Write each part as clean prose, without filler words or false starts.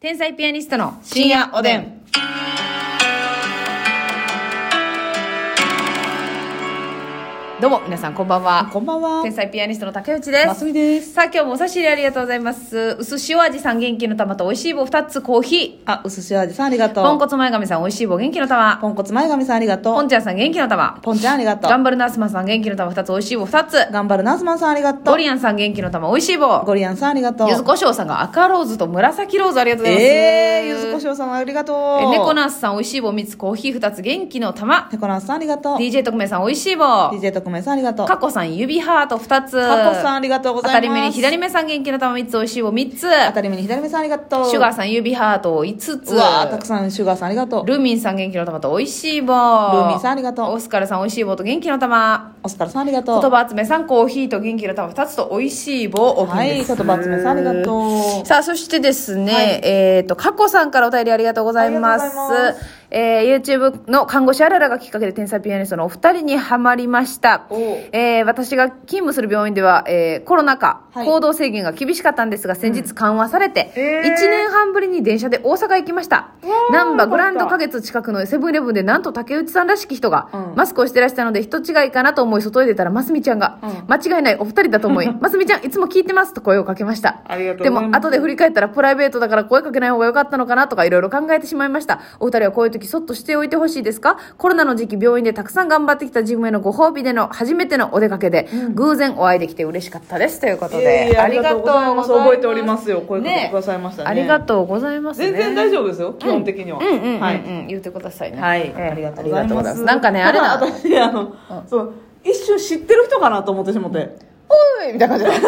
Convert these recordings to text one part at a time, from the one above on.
天才ピアニストの深夜おでん。 どうも皆さんこんばんは。 こんばんは。 天才ピアニストの竹内です。 ますみです。 さあ今日もお差し入れありがとうございます。薄塩味さん元気の玉と美味しい棒2つコーヒー。 薄塩味さんありがとう。 ポンコツ前髪さん美味しい棒元気の玉。 ポンコツ前髪さんありがとう。 ポンちゃんさん元気の玉。 ポンちゃんありがとう。 頑張るナースマンさん元気の玉2つ美味しい棒2つ。 頑張るナースマンさんありがとう。 ゴリアンさん元気の玉美味しい棒。 ゴリアンさんありがとう。 ゆずこしょうさんが赤ローズと紫ローズありがとうございます。 ゆずこしょうさんありがとう。 猫ナースさん美味しい棒3つコーヒー2つ元気の玉。 猫ナースさんありがとう。 DJ 特命さん美味しい棒。 DJ 特命さんありがとう。 カコさん指ハート2つ。 カコさんありがとうございます。 当たり目に左目さん元気の玉3つ美味しい棒3つ。 当たり目に左目さんありがとう。 シュガーさん指ハート5つ。 うわーたくさんシュガーさんありがとう。 ルーミンさん元気の玉と美味しい棒。 ルーミンさんありがとう。 オスカルさん美味しい棒と元気の玉。 オスカルさんありがとう。 言葉集めさんコーヒーと元気の玉2つと美味しい棒お送りです。 はい、言葉集めさんありがとう。 さあそしてですね、カコさんからお便りありがとうございます。YouTube の看護師あららがきっかけで天才ピアニストのお二人にハマりました。私が勤務する病院では、コロナ禍、行動制限が厳しかったんですが、先日緩和されて、1年半ぶりに電車で大阪行きました。難波グランド花月近くのセブンイレブンでなんと竹内さんらしき人が、マスクをしてらしたので人違いかなと思い外へ出たらますみちゃんが、間違いないお二人だと思い、ますみちゃんいつも聞いてますと声をかけました。 ありがとうごでざいます。 も後で振り返ったらプライベートだから声かけない方が良かったのかなとかいろいろ考えてしまいました。お二人はこういう時そっとしておいてほしいですか？コロナの時期病院でたくさん頑張ってきた自分へのご褒美での初めてのお出かけで、偶然お会いできて嬉しかったですということで、 ありがとうございます。覚えておりますよ。声かけてくださいましたね。 ありがとうございますね。 全然大丈夫ですよ、基本的には。 言ってくださいね。 はい、ありがとうございます。 なんかね、あれだ。 私そう一瞬知ってる人かなと思ってしまって、 おいみたいな感じで見て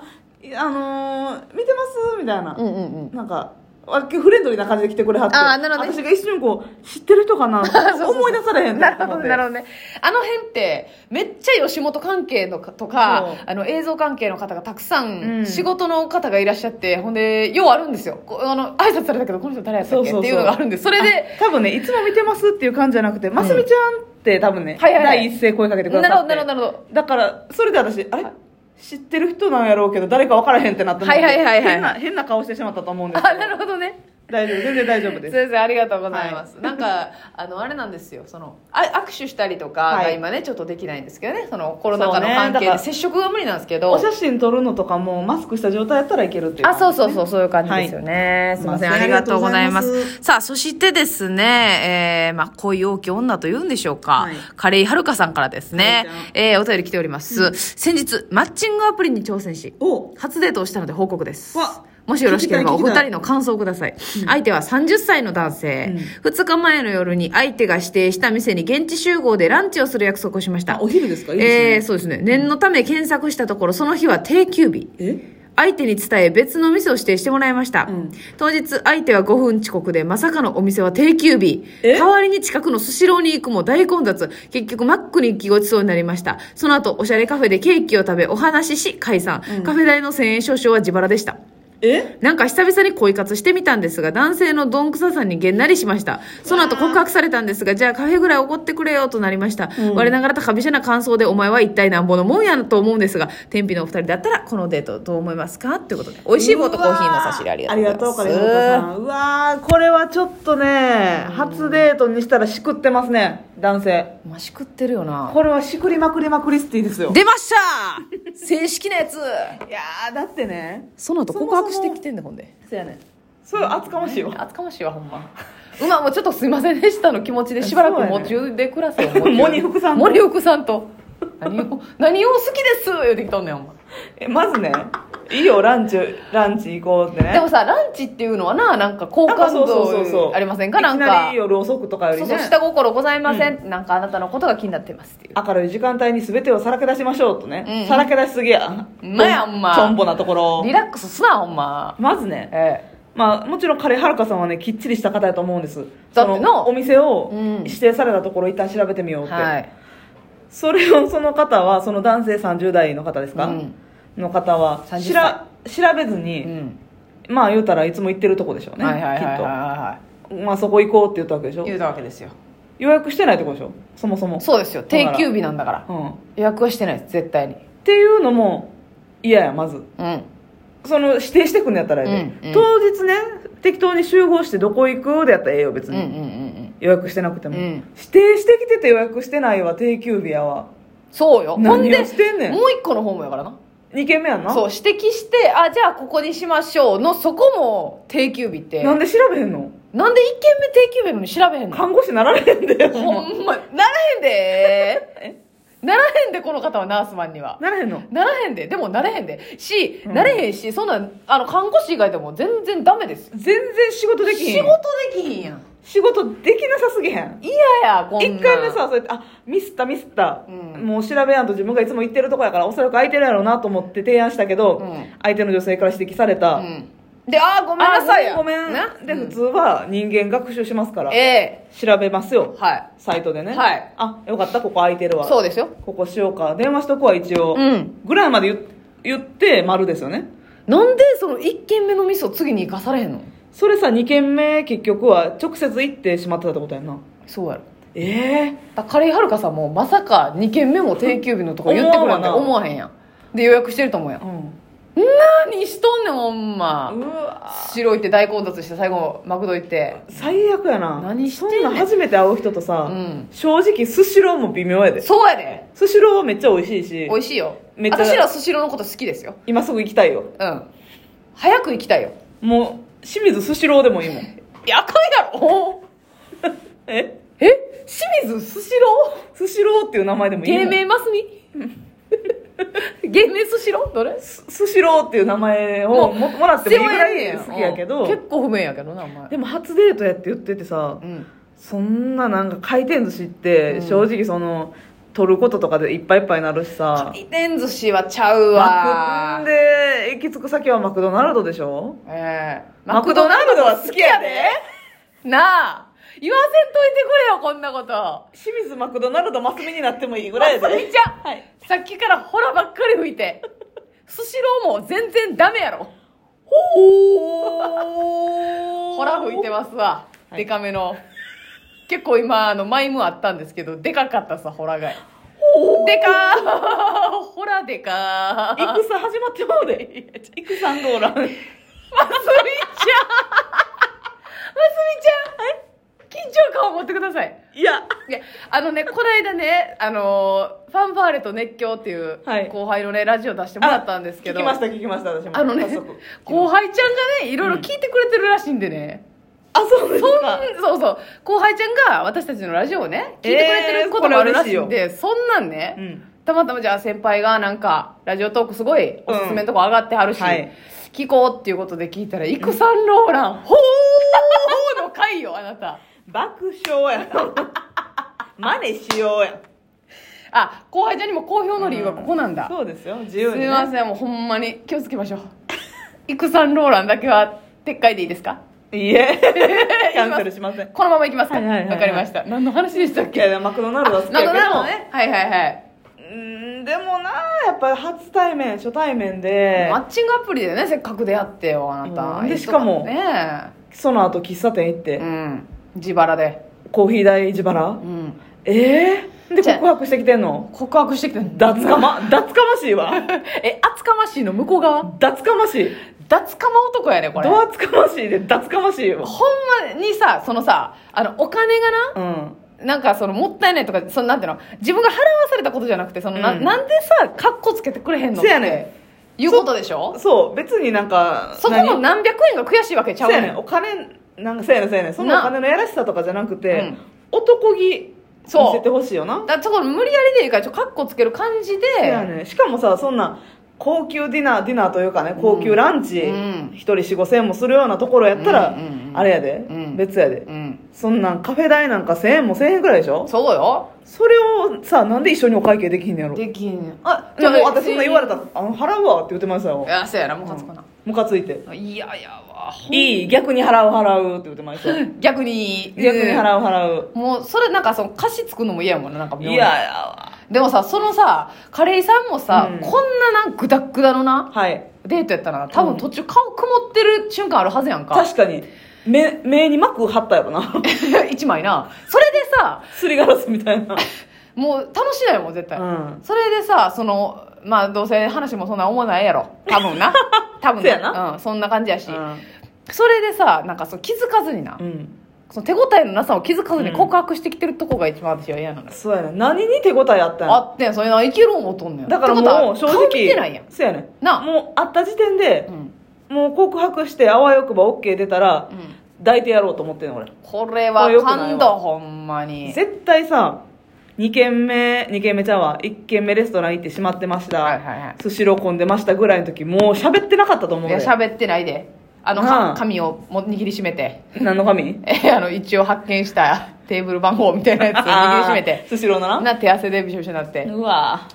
ますみたいな、なんかフレンドリーな感じで来てくれはって、 なるほどね、 私が一瞬こう知ってる人かな思い出されへんなるほどなるほどね。あの辺ってめっちゃ吉本関係のとか映像関係の方がたくさん、仕事の方がいらっしゃって、ほんでようあるんですよ。挨拶されたけどこの人誰やったっけっていうのがあるんです。それで多分ね、いつも見てますっていう感じじゃなくて、ますみちゃんって多分ね、第一声声かけてくださって、 なるほどだからそれで私あれ知ってる人なんやろうけど誰か分からへんってなって変な顔してしまったと思うんですけど。 なるほどね。 大丈夫、全然大丈夫です。 先生ありがとうございます。なんかあれなんですよ、握手したりとかが今ねちょっとできないんですけどね、そのコロナ禍の関係で接触が無理なんですけど、 お写真撮るのとかもマスクした状態やったらいけるっていう、 そういう感じですよね。すいません、ありがとうございます。さあそしてですね、恋多き女というんでしょうか、カレイはるかさんからですね、お便り来ております。先日マッチングアプリに挑戦し初デートをしたので報告です。もしよろしければお二人の感想をください。相手は30歳の男性。2日前の夜に相手が指定した店に現地集合でランチをする約束をしました。 お昼ですか？いいですね。 そうですね。念のため検索したところ、その日は定休日。相手に伝え別の店を指定してもらいました。当日相手は5分遅刻でまさかのお店は定休日。代わりに近くのスシローに行くも大混雑。結局マックに行きごちそうになりました。その後おしゃれカフェでケーキを食べお話しし解散。カフェ代の1000円少々は自腹でした。なんか久々に恋活してみたんですが、男性のどんくささにげんなりしました。その後告白されたんですが、じゃあカフェぐらいおごってくれよとなりました。我ながら高飛車な感想で、お前は一体なんぼのもんやと思うんですが、天日のお二人だったらこのデートどう思いますかということで、美味しい棒とコーヒーの差し入れありがとうございます。 ありがとう、カレーさん。うわー、これはちょっとね、初デートにしたらしくってますね、男性。 しくってるよな。 これはしくりまくりまくりスティですよ。 出ました正式なやつ。いやー、だってね、 その後告白してきてんねほんで。 そうやね、それ厚かましいわ。 厚かましいわほんま。もうちょっとすいませんでしたの気持ちでしばらく夢中で暮らせよ。 森福さんと何を好きです言うてきとんねんほんま。 まずね、いいよ、ランチ行こうってね。 でもさ、ランチっていうのはなんか好感度ありませんか？なんかいきなりいいよ、ろうそくとかよりね、 下心ございません、なんかあなたのことが気になってますっていう、 明るい時間帯に全てをさらけ出しましょうとね、さらけ出しすぎや、 ほんまちょんぼなところリラックスすなほんま。 まずね、もちろんカレーはるかさんはねきっちりした方やと思うんです。 だってのお店を指定されたところ一旦調べてみようって、それをその方は、その男性30代の方ですか、の方は調べずに、言うたらいつも行ってるとこでしょうね、きっと。そこ行こうって言ったわけでしょ。 言うたわけですよ。 予約してないとこでしょ、そもそも。 そうですよ、定休日なんだから、予約はしてないです絶対に。っていうのも嫌や、まず。 その指定してくんのやったらやで、 うんうん当日ね適当に集合してどこ行くでやったらええよ別に、 うんうんうん予約してなくても、 うん指定してきてて予約してないわ定休日やわ。 そうよ。ほん何でをしてんねん。 もう一個のホームやからな。 2軒目やんな。 そう指摘してじゃあここにしましょうのそこも定休日ってなんで調べへんの。 なんで1件目定休日やのに調べへんの。 看護師なられへんで。 ほんまならへんでならへんでこの方はナースマンにはならへんの。 ならへんで。でもなれへんでし、 うんなれへんしそんな看護師以外でも全然ダメですよ。 全然仕事できひん。 仕事できひんやん。 仕事できなさすぎへん。 嫌やこんなん 1回目さそうやってミスった、 うんもう調べやんと自分がいつも行ってるとこやからおそらく空いてるやろうなと思って提案したけど、 うん相手の女性から指摘された、 うんでごめんなさいやごめんなで、普通は人間学習しますから、 え調べますよはいサイトでね、 はいよかったここ空いてるわ、 そうですよ。 ここしようか電話しとくわ一応、 うんぐらいまで言って丸ですよね。 なんでその1件目のミスを次に生かされへんの。 それさ2件目結局は直接行ってしまってたってことやんな。 そうやろ。 だカレイはるかさんもまさか2件目も定休日のとこ言ってくるなんて思わへんやん。で予約してると思うやん。何しとんねんほんま。 うわ白いって大混雑して最後マクド行って。 最悪やな。 何してんねんそんな初めて会う人とさ、 うん正直スシローも微妙やで。 そうやで。 スシローはめっちゃ美味しいし美味しいよ。 めっちゃ私らスシローのこと好きですよ。 今すぐ行きたいよ。 うん。早く行きたいよ。 もう清水スシローでもいいもん。 いやあかんやろ。 え清水スシロスシローっていう名前でもーいいもん。 芸名マスミ芸名スシローどれスシローっていう名前をもらってもいいぐらい好きやけど、 結構不明やけどなお前。 でも初デートやって言っててさ、 うんそんななんか回転寿司って正直その、取ることとかでいっぱいいっぱいになるしさ、 回転寿司はちゃうわ。 で行き着く先はマクドナルドでしょ。 マクドナルドは好きやで。なあ言わせんといてくれよこんなこと。 清水マクドナルドマスミになってもいいぐらいで。 ますみちゃん、さっきからホラばっかり吹いてスシローも全然ダメやろ。ホラ吹いてますわ、デカめの。結構今マイムあったんですけどでかかったさホラが。でかーホラでかー。 戦始まってまうで。戦ローラン。 ますみちゃん緊張感を持ってください。 いやこの間ね、ファンファーレと熱狂っていうはい後輩のね、ラジオ出してもらったんですけど、 聞きました私も早速後輩ちゃんがね、いろいろ聞いてくれてるらしいんでね、 そうですか。 そう、後輩ちゃんが私たちのラジオをね、聞いてくれてることもあるらしいんで、そんなんね、たまたまじゃあ先輩がなんか、ラジオトークすごいおすすめのとこ上がってはるし、聞こうっていうことで聞いたら、イクサンローラン、ほーの回よ、あなた。 爆笑や。真似しようや。 後輩ちゃんにも好評の理由はここなんだ。 そうですよ、自由に、 すみません、もうほんまに気をつけましょう。イクサンローランだけは撤回でいいですか？ いいえ。キャンセルしません。 このままいきますか？ はいはいはいはいわかりました。何の話でしたっけ？ いやマクドナルドは好きやけど。 マクドナルドね。はい。 でもなやっぱり初対面初対面でマッチングアプリでね、せっかく出会ってよ、あなた。 でしかもねその後喫茶店行って、 自腹で。 コーヒー代自腹、で告白してきてんの？ 告白してきてんの？ 脱かましいわ。 厚かましいの向こう側？ 脱かましい。 脱かま男やね、これ。 ド厚かましいで脱かましいわ。 ほんまにさ、そのさ、お金がな、なんかもったいないとか、なんていうの、自分が払わされたことじゃなくて、なんでさ、カッコつけてくれへんのっせやねていうことでしょ？ そう別になんかそこの何百円が悔しいわけちゃうねん。 せやねんお金なんかせやねんそのお金のやらしさとかじゃなくて、男気見せてほしいよな。 だから無理やりでいいからカッコつける感じで。 せやねんしかもさそんな高級ディナーというかね高級ランチ、一人 4,5 千円もするようなところやったら、あれやで、別やで、そんなんカフェ代なんか1000円も1000円ぐらいでしょ。 そうよ。 それをさなんで一緒にお会計できんのやろ。 できん。 じゃあもう私そんな言われたら払うわって言ってましたよ。 いやそうやな、ムカつかな。 ムカついていやわいい逆に払うって言ってました逆に払うもうそれなんか貸し作るのも嫌やもんな、なんかいやわ。 でもさ、そのさカレイさんもさ、こんなグダッグダのな、デートやったら多分途中顔曇ってる瞬間あるはずやんか。 確かに目に膜張ったやろな一枚な。それでさすりガラスみたいなもう楽しないもん絶対、それでさまあどうせ話もそんな思わないやろ多分なそうやな、 そんな感じやし、それでさなんか気づかずにな、その手応えのなさを気づかずに告白してきてるとこが一番私は嫌なのよ、 そうやね。何に手応えあったんや。 あってんそれないける思っとんねん。 だからもう正直顔見てないやん。 そうやねなもう会った時点で、もう告白してあわよくば OK 出たら、抱いてやろうと思ってんの俺。 これは感動ほんまに。 絶対さ2軒目ちゃうわ1軒目レストラン行って閉まってました、スシロー混んでましたぐらいの時もう喋ってなかったと思う。 いや喋ってないで紙を握りしめて。 何の紙？ 一応発見したテーブル番号みたいなやつを握りしめてスシローな手汗でびしょびしょになって、 うわ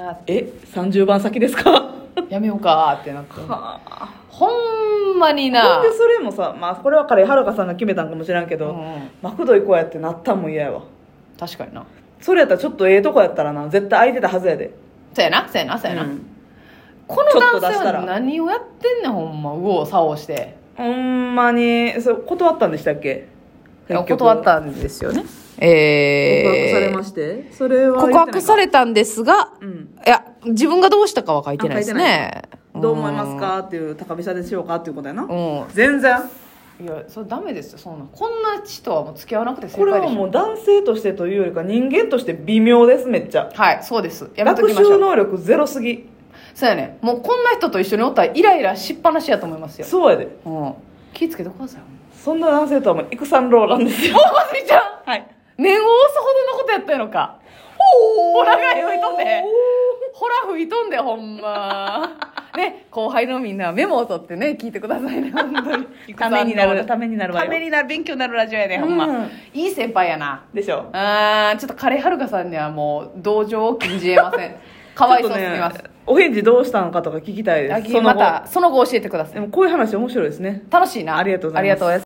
30番先ですかやめようかってなってほんまにな。 ほんでそれもさ、まあこれは彼はるかさんが決めたんかもしれんけど、マクド行こうやってなったんも嫌やわ。 確かにな。 それやったらちょっとええとこやったらな絶対空いてたはずやで。 そうやな、この男性は何をやってんねんほんま。右往左往してほんまに断ったんでしたっけ？ 断ったんですよね。 告白されまして、それは告白されたんですが、いや自分がどうしたかは書いてないですね。 どう思いますかっていう高飛車でしようかっていうことやな。全然いやそれダメですよ。こんな人はもう付き合わなくて正解でしょ。 これはもう男性としてというよりか人間として微妙です。めっちゃはいそうです。やめときましょう。 学習能力ゼロすぎ。 そうやね。もうこんな人と一緒におったらイライラしっぱなしやと思いますよ。 そうやで、 気ぃつけてください。 そんな男性とはもうイクサンローランですよ。 おまつりちゃん、 はい、 念を押すほどのことやったのか。ほらが吹いとんで、ほら吹いとんでほんまね、後輩のみんなメモを取ってね聞いてくださいね本当にためになるわよ。ためになる勉強になるラジオやね、ほんまいい先輩やなでしょ。 ちょっとカレーはるかさんにはもう同情を禁じ得ませんかわいそうすぎます、 お返事どうしたのかとか聞きたいです。 またその後教えてください。 でもこういう話面白いですね。 楽しいな。 ありがとうございます。